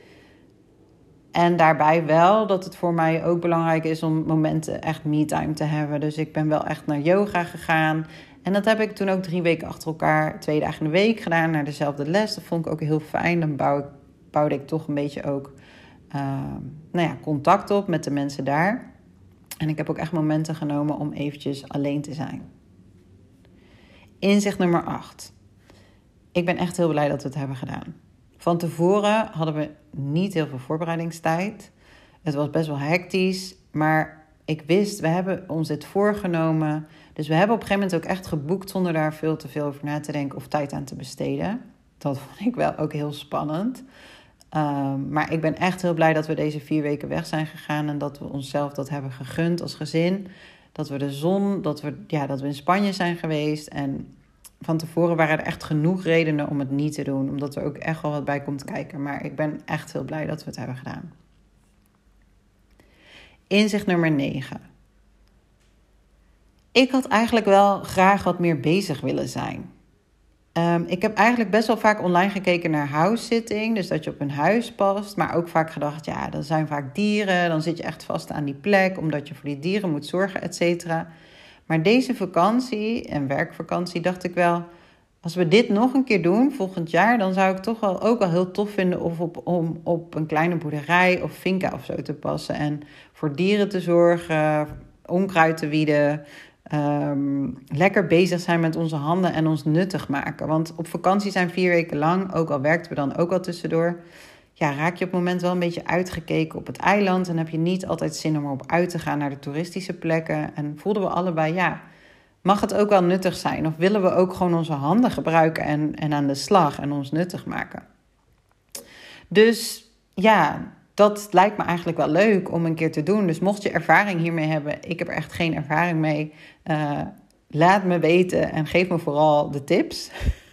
En daarbij wel dat het voor mij ook belangrijk is om momenten echt me-time te hebben. Dus ik ben wel echt naar yoga gegaan. En dat heb ik toen ook drie weken achter elkaar, twee dagen in de week gedaan, naar dezelfde les. Dat vond ik ook heel fijn. Dan bouw ik, bouwde ik toch een beetje ook uh, nou ja, contact op met de mensen daar. En ik heb ook echt momenten genomen om eventjes alleen te zijn. Inzicht nummer acht. Ik ben echt heel blij dat we het hebben gedaan. Van tevoren hadden we niet heel veel voorbereidingstijd. Het was best wel hectisch, maar ik wist, we hebben ons dit voorgenomen. Dus we hebben op een gegeven moment ook echt geboekt zonder daar veel te veel over na te denken of tijd aan te besteden. Dat vond ik wel ook heel spannend. Um, maar ik ben echt heel blij dat we deze vier weken weg zijn gegaan en dat we onszelf dat hebben gegund als gezin. Dat we de zon, dat we, ja, dat we in Spanje zijn geweest. En van tevoren waren er echt genoeg redenen om het niet te doen, omdat er ook echt wel wat bij komt kijken. Maar ik ben echt heel blij dat we het hebben gedaan. Inzicht nummer negen. Ik had eigenlijk wel graag wat meer bezig willen zijn. Um, ik heb eigenlijk best wel vaak online gekeken naar house-sitting, dus dat je op een huis past. Maar ook vaak gedacht, ja, dan zijn vaak dieren, dan zit je echt vast aan die plek, omdat je voor die dieren moet zorgen, et cetera. Maar deze vakantie en werkvakantie dacht ik wel, als we dit nog een keer doen volgend jaar, dan zou ik toch wel ook wel heel tof vinden of op, om op een kleine boerderij of finca of zo te passen. En voor dieren te zorgen, onkruid te wieden, um, lekker bezig zijn met onze handen en ons nuttig maken. Want op vakantie zijn vier weken lang, ook al werkten we dan ook al tussendoor, ja, raak je op het moment wel een beetje uitgekeken op het eiland en heb je niet altijd zin om erop uit te gaan naar de toeristische plekken. En voelden we allebei, ja, mag het ook wel nuttig zijn? Of willen we ook gewoon onze handen gebruiken en, en aan de slag en ons nuttig maken? Dus ja, dat lijkt me eigenlijk wel leuk om een keer te doen. Dus mocht je ervaring hiermee hebben, ik heb er echt geen ervaring mee, uh, laat me weten en geef me vooral de tips.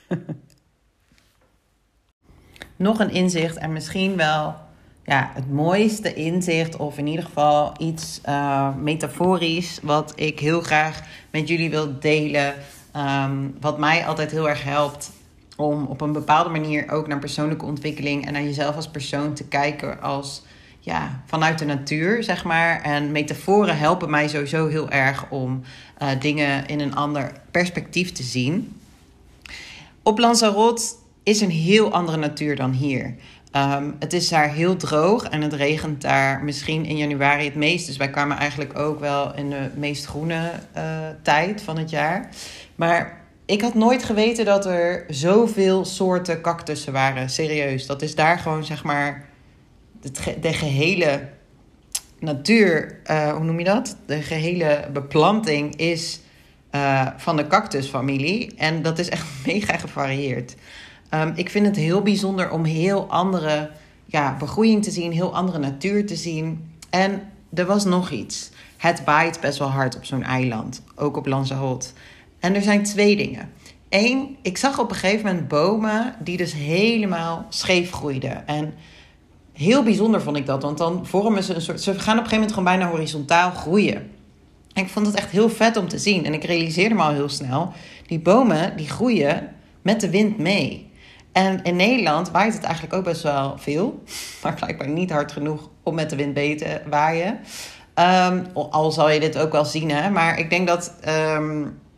Nog een inzicht en misschien wel ja, het mooiste inzicht, of in ieder geval iets uh, metaforisch, wat ik heel graag met jullie wil delen. Um, wat mij altijd heel erg helpt om op een bepaalde manier ook naar persoonlijke ontwikkeling en naar jezelf als persoon te kijken als ja, vanuit de natuur, zeg maar. En metaforen helpen mij sowieso heel erg om uh, dingen in een ander perspectief te zien. Op Lanzarote is een heel andere natuur dan hier. Um, het is daar heel droog en het regent daar misschien in januari het meest. Dus wij kwamen eigenlijk ook wel in de meest groene uh, tijd van het jaar. Maar ik had nooit geweten dat er zoveel soorten cactussen waren. Serieus, dat is daar gewoon zeg maar het, de gehele natuur, uh, hoe noem je dat? De gehele beplanting is uh, van de cactusfamilie. En dat is echt mega gevarieerd. Um, ik vind het heel bijzonder om heel andere ja, begroeiing te zien, heel andere natuur te zien. En er was nog iets. Het waait best wel hard op zo'n eiland, ook op Lanzarote. En er zijn twee dingen. Eén, ik zag op een gegeven moment bomen die dus helemaal scheef groeiden. En heel bijzonder vond ik dat, want dan vormen ze een soort, ze gaan op een gegeven moment gewoon bijna horizontaal groeien. En ik vond het echt heel vet om te zien. En ik realiseerde me al heel snel, die bomen die groeien met de wind mee. En in Nederland waait het eigenlijk ook best wel veel. Maar blijkbaar niet hard genoeg om met de wind mee te waaien. Um, al zal je dit ook wel zien, hè. Maar ik denk dat um,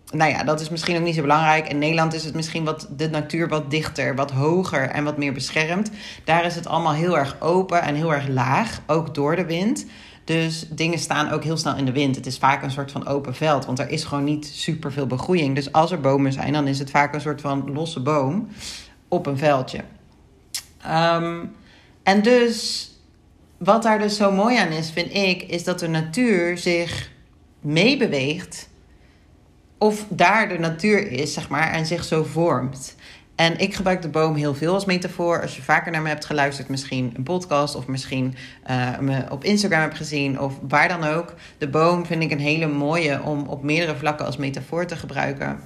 nou ja, dat is misschien ook niet zo belangrijk. In Nederland is het misschien wat de natuur wat dichter, wat hoger en wat meer beschermd. Daar is het allemaal heel erg open en heel erg laag, ook door de wind. Dus dingen staan ook heel snel in de wind. Het is vaak een soort van open veld, want er is gewoon niet superveel begroeiing. Dus als er bomen zijn, dan is het vaak een soort van losse boom op een veldje. Um, en dus, wat daar dus zo mooi aan is, vind ik, is dat de natuur zich meebeweegt. Of daar de natuur is, zeg maar, en zich zo vormt. En ik gebruik de boom heel veel als metafoor. Als je vaker naar me hebt geluisterd, misschien een podcast of misschien uh, me op Instagram hebt gezien of waar dan ook. De boom vind ik een hele mooie om op meerdere vlakken als metafoor te gebruiken.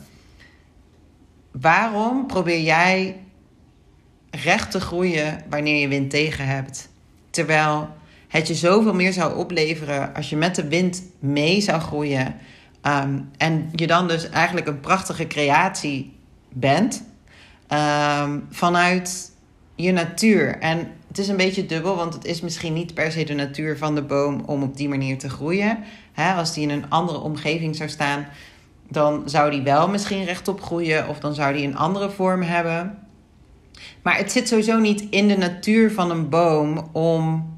Waarom probeer jij recht te groeien wanneer je wind tegen hebt? Terwijl het je zoveel meer zou opleveren als je met de wind mee zou groeien. Um, en je dan dus eigenlijk een prachtige creatie bent. Um, vanuit je natuur. En het is een beetje dubbel, want het is misschien niet per se de natuur van de boom om op die manier te groeien. He, als die in een andere omgeving zou staan, dan zou die wel misschien rechtop groeien of dan zou die een andere vorm hebben. Maar het zit sowieso niet in de natuur van een boom om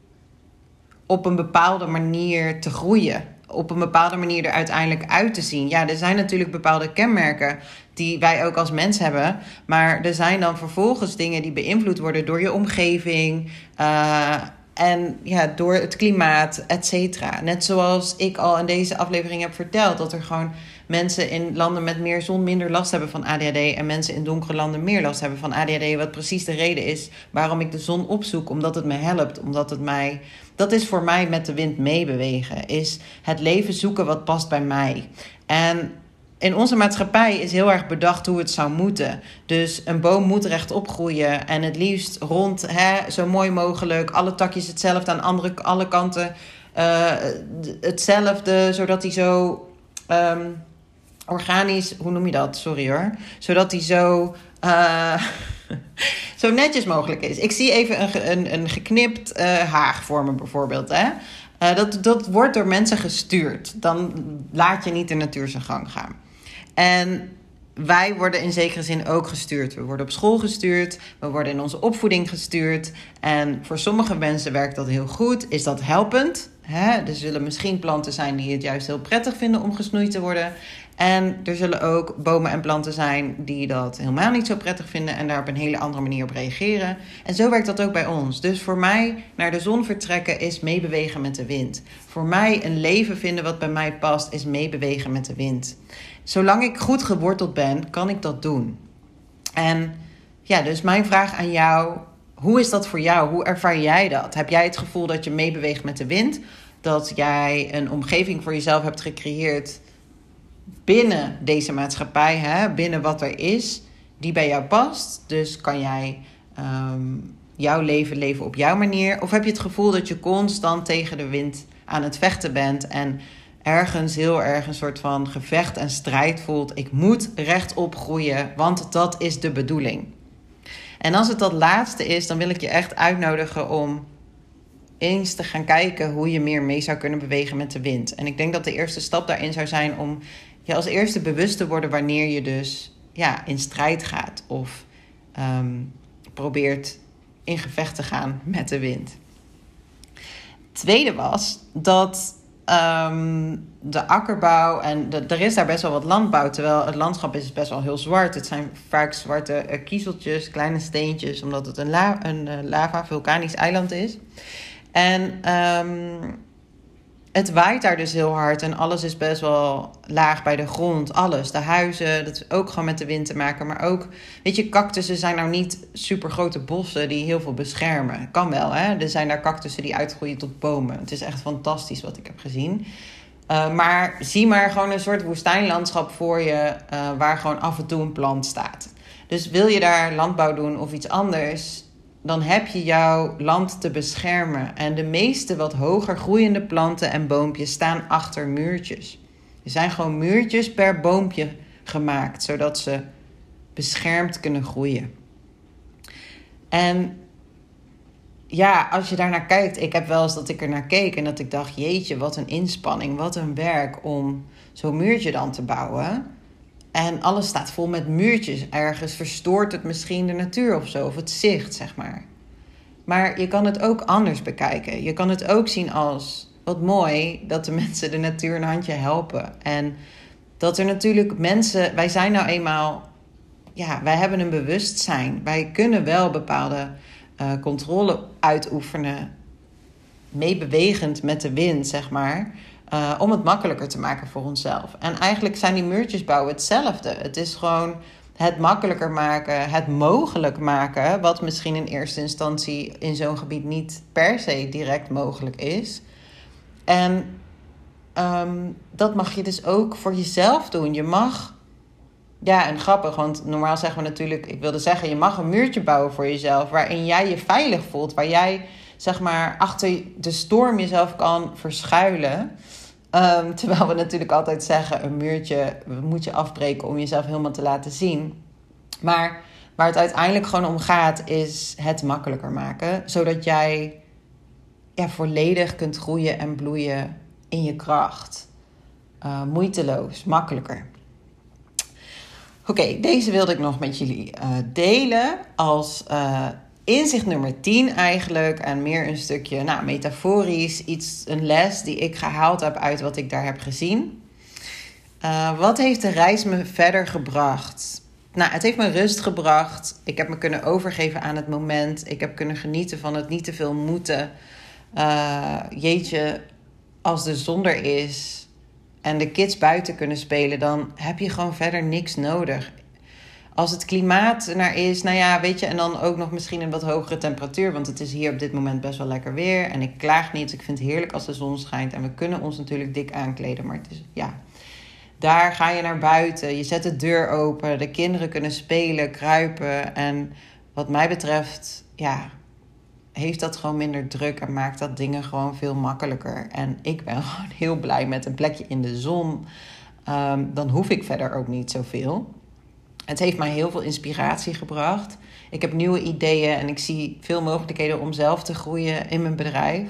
op een bepaalde manier te groeien. Op een bepaalde manier er uiteindelijk uit te zien. Ja, er zijn natuurlijk bepaalde kenmerken die wij ook als mens hebben. Maar er zijn dan vervolgens dingen die beïnvloed worden door je omgeving. Uh, en ja, door het klimaat, et cetera. Net zoals ik al in deze aflevering heb verteld. Dat er gewoon mensen in landen met meer zon minder last hebben van A D H D. En mensen in donkere landen meer last hebben van A D H D. Wat precies de reden is waarom ik de zon opzoek. Omdat het me helpt. Omdat het mij... Dat is voor mij met de wind meebewegen. Is het leven zoeken wat past bij mij. En in onze maatschappij is heel erg bedacht hoe het zou moeten. Dus een boom moet rechtop groeien. En het liefst rond, hè, zo mooi mogelijk. Alle takjes hetzelfde, aan andere, alle kanten uh, hetzelfde. Zodat hij zo um, organisch, hoe noem je dat? Sorry hoor. Zodat hij zo... Uh, zo netjes mogelijk is. Ik zie even een, een, een geknipt uh, haag voor me bijvoorbeeld. Hè? Uh, dat, dat wordt door mensen gestuurd. Dan laat je niet de natuur zijn gang gaan. En wij worden in zekere zin ook gestuurd. We worden op school gestuurd. We worden in onze opvoeding gestuurd. En voor sommige mensen werkt dat heel goed. Is dat helpend? Hè? Er zullen misschien planten zijn die het juist heel prettig vinden om gesnoeid te worden. En er zullen ook bomen en planten zijn die dat helemaal niet zo prettig vinden en daar op een hele andere manier op reageren. En zo werkt dat ook bij ons. Dus voor mij naar de zon vertrekken is meebewegen met de wind. Voor mij een leven vinden wat bij mij past is meebewegen met de wind. Zolang ik goed geworteld ben, kan ik dat doen. En ja, dus mijn vraag aan jou, hoe is dat voor jou? Hoe ervaar jij dat? Heb jij het gevoel dat je meebeweegt met de wind? Dat jij een omgeving voor jezelf hebt gecreëerd binnen deze maatschappij, hè, binnen wat er is, die bij jou past. Dus kan jij um, jouw leven leven op jouw manier? Of heb je het gevoel dat je constant tegen de wind aan het vechten bent en ergens heel erg een soort van gevecht en strijd voelt? Ik moet rechtop groeien, want dat is de bedoeling. En als het dat laatste is, dan wil ik je echt uitnodigen om eens te gaan kijken hoe je meer mee zou kunnen bewegen met de wind. En ik denk dat de eerste stap daarin zou zijn om je als eerste bewust te worden wanneer je dus ja, in strijd gaat of um, probeert in gevecht te gaan met de wind. Tweede was dat um, de akkerbouw en de, er is daar best wel wat landbouw, terwijl het landschap is best wel heel zwart. Het zijn vaak zwarte uh, kiezeltjes, kleine steentjes, omdat het een, la, een uh, lava vulkanisch eiland is. En um, het waait daar dus heel hard en alles is best wel laag bij de grond. Alles, de huizen, dat is ook gewoon met de wind te maken. Maar ook, weet je, cactussen zijn nou niet super grote bossen die heel veel beschermen. Kan wel, hè. Er zijn daar cactussen die uitgroeien tot bomen. Het is echt fantastisch wat ik heb gezien. Uh, maar zie maar gewoon een soort woestijnlandschap voor je uh, waar gewoon af en toe een plant staat. Dus wil je daar landbouw doen of iets anders, dan heb je jouw land te beschermen. En de meeste wat hoger groeiende planten en boompjes staan achter muurtjes. Er zijn gewoon muurtjes per boompje gemaakt, zodat ze beschermd kunnen groeien. En ja, als je daarnaar kijkt... Ik heb wel eens dat ik er naar keek en dat ik dacht... Jeetje, wat een inspanning, wat een werk om zo'n muurtje dan te bouwen. En alles staat vol met muurtjes. Ergens verstoort het misschien de natuur of zo, of het zicht, zeg maar. Maar je kan het ook anders bekijken. Je kan het ook zien als... Wat mooi dat de mensen de natuur een handje helpen. En dat er natuurlijk mensen... Wij zijn nou eenmaal... Ja, wij hebben een bewustzijn. Wij kunnen wel bepaalde uh, controle uitoefenen. Meebewegend met de wind, zeg maar. Uh, om het makkelijker te maken voor onszelf. En eigenlijk zijn die muurtjes bouwen hetzelfde. Het is gewoon het makkelijker maken, het mogelijk maken... wat misschien in eerste instantie in zo'n gebied niet per se direct mogelijk is. En um, dat mag je dus ook voor jezelf doen. Je mag, ja, en grappig, want normaal zeggen we natuurlijk... ik wilde zeggen, je mag een muurtje bouwen voor jezelf... waarin jij je veilig voelt, waar jij, zeg maar, achter de storm jezelf kan verschuilen... Um, terwijl we natuurlijk altijd zeggen, een muurtje moet je afbreken om jezelf helemaal te laten zien. Maar waar het uiteindelijk gewoon om gaat, is het makkelijker maken. Zodat jij ja, volledig kunt groeien en bloeien in je kracht. Uh, moeiteloos, makkelijker. Oké, okay, deze wilde ik nog met jullie uh, delen als... Uh, Inzicht nummer tien eigenlijk, en meer een stukje nou, metaforisch, iets, een les die ik gehaald heb uit wat ik daar heb gezien. Uh, wat heeft de reis me verder gebracht? Nou, het heeft me rust gebracht. Ik heb me kunnen overgeven aan het moment. Ik heb kunnen genieten van het niet te veel moeten. Uh, jeetje, als de zon er is en de kids buiten kunnen spelen, dan heb je gewoon verder niks nodig. Als het klimaat er naar is, nou ja, weet je... en dan ook nog misschien een wat hogere temperatuur... want het is hier op dit moment best wel lekker weer... en ik klaag niet, ik vind het heerlijk als de zon schijnt... en we kunnen ons natuurlijk dik aankleden, maar het is, ja... daar ga je naar buiten, je zet de deur open... de kinderen kunnen spelen, kruipen... en wat mij betreft, ja... heeft dat gewoon minder druk... en maakt dat dingen gewoon veel makkelijker. En ik ben gewoon heel blij met een plekje in de zon... Um, dan hoef ik verder ook niet zoveel... Het heeft mij heel veel inspiratie gebracht. Ik heb nieuwe ideeën en ik zie veel mogelijkheden om zelf te groeien in mijn bedrijf.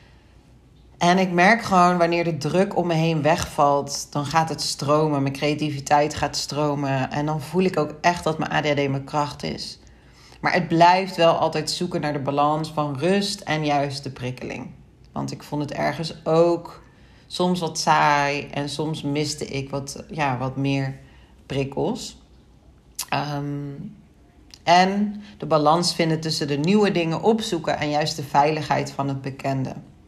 En ik merk gewoon wanneer de druk om me heen wegvalt, dan gaat het stromen. Mijn creativiteit gaat stromen. En dan voel ik ook echt dat mijn A D H D mijn kracht is. Maar het blijft wel altijd zoeken naar de balans van rust en juist de prikkeling. Want ik vond het ergens ook soms wat saai en soms miste ik wat, ja, wat meer prikkels. Um, en de balans vinden tussen de nieuwe dingen opzoeken en juist de veiligheid van het bekende.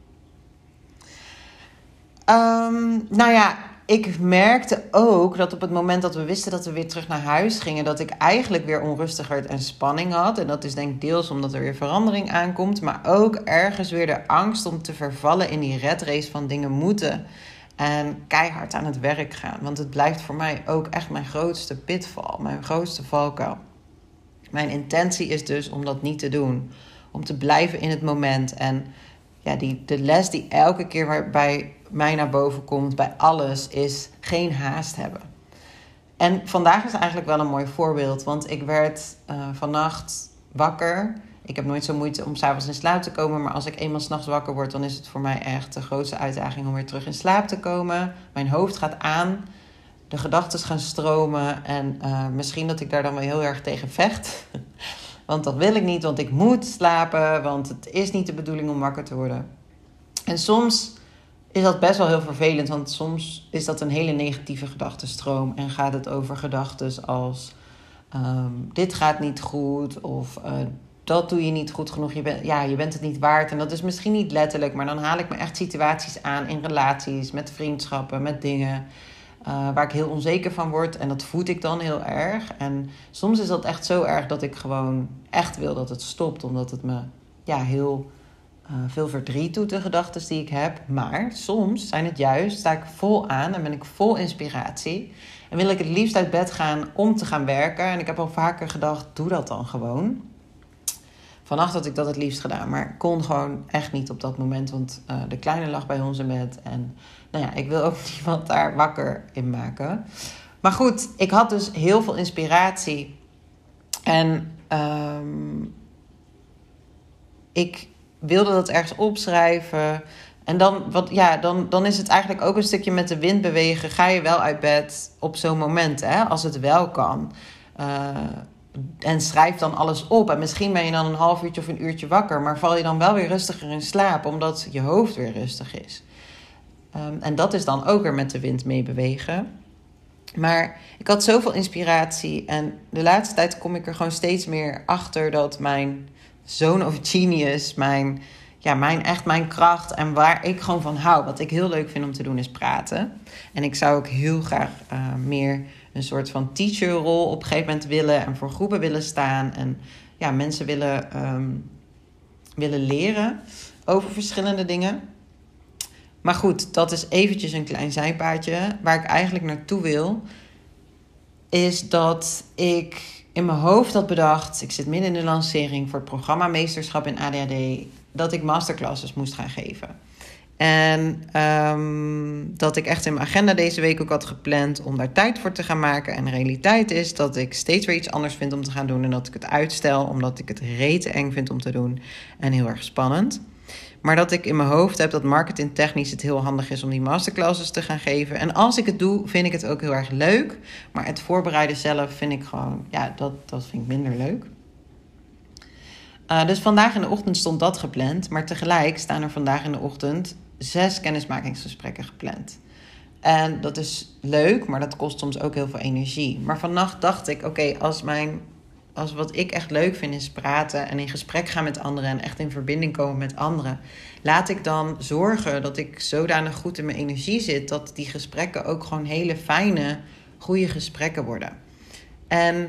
Um, nou ja, ik merkte ook dat op het moment dat we wisten dat we weer terug naar huis gingen, dat ik eigenlijk weer onrustig werd en spanning had. En dat is denk ik deels omdat er weer verandering aankomt, maar ook ergens weer de angst om te vervallen in die red race van dingen moeten. En keihard aan het werk gaan. Want het blijft voor mij ook echt mijn grootste pitval. Mijn grootste valkuil. Mijn intentie is dus om dat niet te doen. Om te blijven in het moment. En ja, die, de les die elke keer bij mij naar boven komt. Bij alles is geen haast hebben. En vandaag is eigenlijk wel een mooi voorbeeld. Want ik werd uh, vannacht wakker. Ik heb nooit zo moeite om 's avonds in slaap te komen. Maar als ik eenmaal 's nachts wakker word, dan is het voor mij echt de grootste uitdaging om weer terug in slaap te komen. Mijn hoofd gaat aan. De gedachten gaan stromen. En uh, misschien dat ik daar dan wel heel erg tegen vecht. Want dat wil ik niet, want ik moet slapen. Want het is niet de bedoeling om wakker te worden. En soms is dat best wel heel vervelend. Want soms is dat een hele negatieve gedachtenstroom. En gaat het over gedachten als... Um, dit gaat niet goed. Of... Uh, dat doe je niet goed genoeg. Je bent, ja, je bent het niet waard. En dat is misschien niet letterlijk. Maar dan haal ik me echt situaties aan in relaties, met vriendschappen, met dingen. Uh, waar ik heel onzeker van word. En dat voed ik dan heel erg. En soms is dat echt zo erg dat ik gewoon echt wil dat het stopt. Omdat het me ja, heel uh, veel verdriet doet, de gedachten die ik heb. Maar soms zijn het juist, sta ik vol aan en ben ik vol inspiratie. En wil ik het liefst uit bed gaan om te gaan werken. En ik heb al vaker gedacht, doe dat dan gewoon. Vannacht had ik dat het liefst gedaan, maar kon gewoon echt niet op dat moment. Want uh, de kleine lag bij ons in bed. En nou ja, ik wil ook niemand daar wakker in maken. Maar goed, ik had dus heel veel inspiratie. En um, ik wilde dat ergens opschrijven. En dan, wat, ja, dan, dan is het eigenlijk ook een stukje met de wind bewegen. Ga je wel uit bed op zo'n moment, hè, als het wel kan. Uh, en schrijf dan alles op. En misschien ben je dan een half uurtje of een uurtje wakker. Maar val je dan wel weer rustiger in slaap, omdat je hoofd weer rustig is. Um, en dat is dan ook weer met de wind mee bewegen. Maar ik had zoveel inspiratie. En de laatste tijd kom ik er gewoon steeds meer achter dat mijn zone of genius, mijn, ja, mijn, echt mijn kracht en waar ik gewoon van hou, wat ik heel leuk vind om te doen, is praten. En ik zou ook heel graag uh, meer een soort van teacherrol op een gegeven moment willen en voor groepen willen staan. En ja, mensen willen, um, willen leren over verschillende dingen. Maar goed, dat is eventjes een klein zijpaadje. Waar ik eigenlijk naartoe wil, is dat ik in mijn hoofd had bedacht, ik zit midden in de lancering voor het programma Meesterschap in A D H D, dat ik masterclasses moest gaan geven. En um, dat ik echt in mijn agenda deze week ook had gepland om daar tijd voor te gaan maken. En de realiteit is dat ik steeds weer iets anders vind om te gaan doen en dat ik het uitstel, omdat ik het rete eng vind om te doen en heel erg spannend. Maar dat ik in mijn hoofd heb dat marketingtechnisch het heel handig is om die masterclasses te gaan geven. En als ik het doe, vind ik het ook heel erg leuk. Maar het voorbereiden zelf vind ik gewoon, ja, dat, dat vind ik minder leuk. Uh, dus vandaag in de ochtend stond dat gepland. Maar tegelijk staan er vandaag in de ochtend zes kennismakingsgesprekken gepland. En dat is leuk, maar dat kost soms ook heel veel energie. Maar vannacht dacht ik, oké, okay, als mijn... Als wat ik echt leuk vind is praten en in gesprek gaan met anderen en echt in verbinding komen met anderen. Laat ik dan zorgen dat ik zodanig goed in mijn energie zit dat die gesprekken ook gewoon hele fijne, goede gesprekken worden. En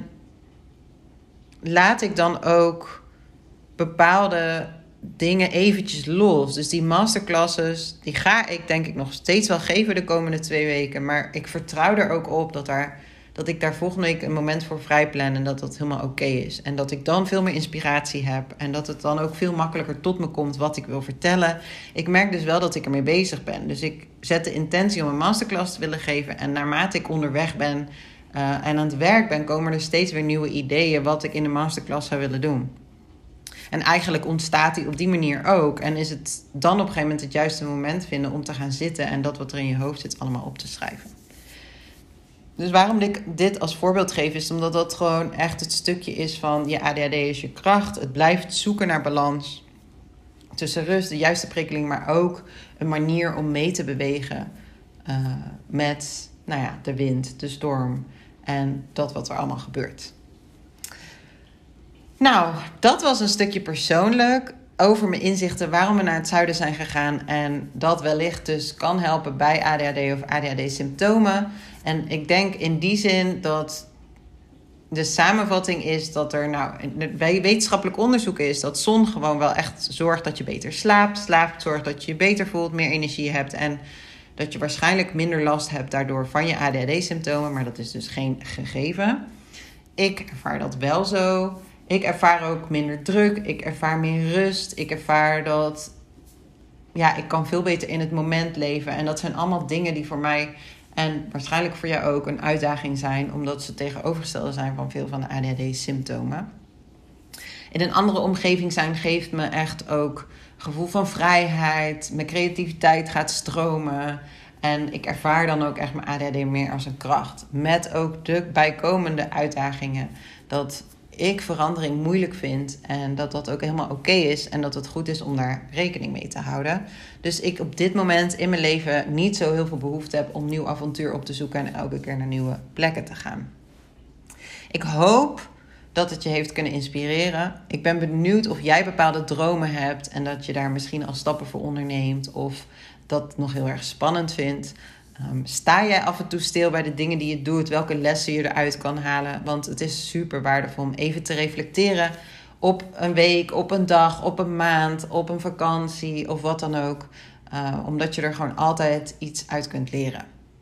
laat ik dan ook bepaalde dingen eventjes los. Dus die masterclasses, die ga ik denk ik nog steeds wel geven de komende twee weken. Maar ik vertrouw er ook op dat daar... dat ik daar volgende week een moment voor vrij plan en dat dat helemaal oké okay is. En dat ik dan veel meer inspiratie heb en dat het dan ook veel makkelijker tot me komt wat ik wil vertellen. Ik merk dus wel dat ik ermee bezig ben. Dus ik zet de intentie om een masterclass te willen geven en naarmate ik onderweg ben uh, en aan het werk ben, komen er steeds weer nieuwe ideeën wat ik in de masterclass zou willen doen. En eigenlijk ontstaat die op die manier ook. En is het dan op een gegeven moment het juiste moment vinden om te gaan zitten en dat wat er in je hoofd zit allemaal op te schrijven. Dus waarom ik dit als voorbeeld geef, is omdat dat gewoon echt het stukje is van je A D H D is je kracht. Het blijft zoeken naar balans tussen rust, de juiste prikkeling, maar ook een manier om mee te bewegen uh, met nou ja, de wind, de storm en dat wat er allemaal gebeurt. Nou, dat was een stukje persoonlijk over mijn inzichten waarom we naar het zuiden zijn gegaan en dat wellicht dus kan helpen bij A D H D of A D H D-symptomen. En ik denk in die zin dat de samenvatting is dat er, nou, bij wetenschappelijk onderzoek is dat zon gewoon wel echt zorgt dat je beter slaapt. Slaapt zorgt dat je je beter voelt, meer energie hebt en dat je waarschijnlijk minder last hebt daardoor van je A D H D-symptomen. Maar dat is dus geen gegeven. Ik ervaar dat wel zo. Ik ervaar ook minder druk. Ik ervaar meer rust. Ik ervaar dat, ja, ik kan veel beter in het moment leven. En dat zijn allemaal dingen die voor mij en waarschijnlijk voor jou ook een uitdaging zijn, omdat ze tegenovergestelde zijn van veel van de A D H D-symptomen. In een andere omgeving zijn geeft me echt ook gevoel van vrijheid. Mijn creativiteit gaat stromen. En ik ervaar dan ook echt mijn A D H D meer als een kracht. Met ook de bijkomende uitdagingen. Dat ik verandering moeilijk vind en dat dat ook helemaal oké is en dat het goed is om daar rekening mee te houden. Dus ik op dit moment in mijn leven niet zo heel veel behoefte heb om nieuw avontuur op te zoeken en elke keer naar nieuwe plekken te gaan. Ik hoop dat het je heeft kunnen inspireren. Ik ben benieuwd of jij bepaalde dromen hebt en dat je daar misschien al stappen voor onderneemt of dat nog heel erg spannend vindt. Um, sta jij af en toe stil bij de dingen die je doet, welke lessen je eruit kan halen? Want het is super waardevol om even te reflecteren op een week, op een dag, op een maand, op een vakantie of wat dan ook. Uh, omdat je er gewoon altijd iets uit kunt leren.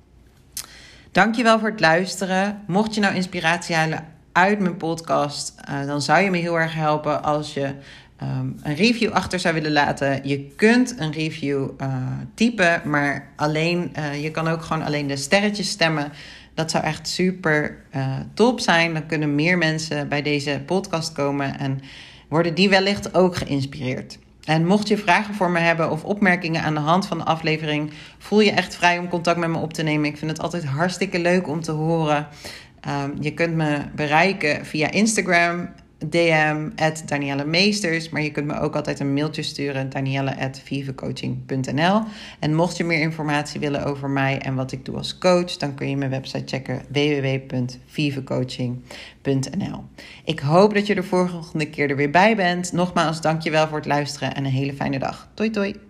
Dankjewel voor het luisteren. Mocht je nou inspiratie halen uit mijn podcast, uh, dan zou je me heel erg helpen als je Um, een review achter zou willen laten. Je kunt een review uh, typen, maar alleen, uh, je kan ook gewoon alleen de sterretjes stemmen. Dat zou echt super uh, top zijn. Dan kunnen meer mensen bij deze podcast komen en worden die wellicht ook geïnspireerd. En mocht je vragen voor me hebben of opmerkingen aan de hand van de aflevering, voel je echt vrij om contact met me op te nemen. Ik vind het altijd hartstikke leuk om te horen. Um, je kunt me bereiken via Instagram, D M at Danielle Meesters. Maar je kunt me ook altijd een mailtje sturen, danielle at vivecoaching punt n l. En mocht je meer informatie willen over mij en wat ik doe als coach, dan kun je mijn website checken, w w w punt vivecoaching punt n l. Ik hoop dat je de volgende keer er weer bij bent. Nogmaals, dankjewel voor het luisteren en een hele fijne dag. Doei doei!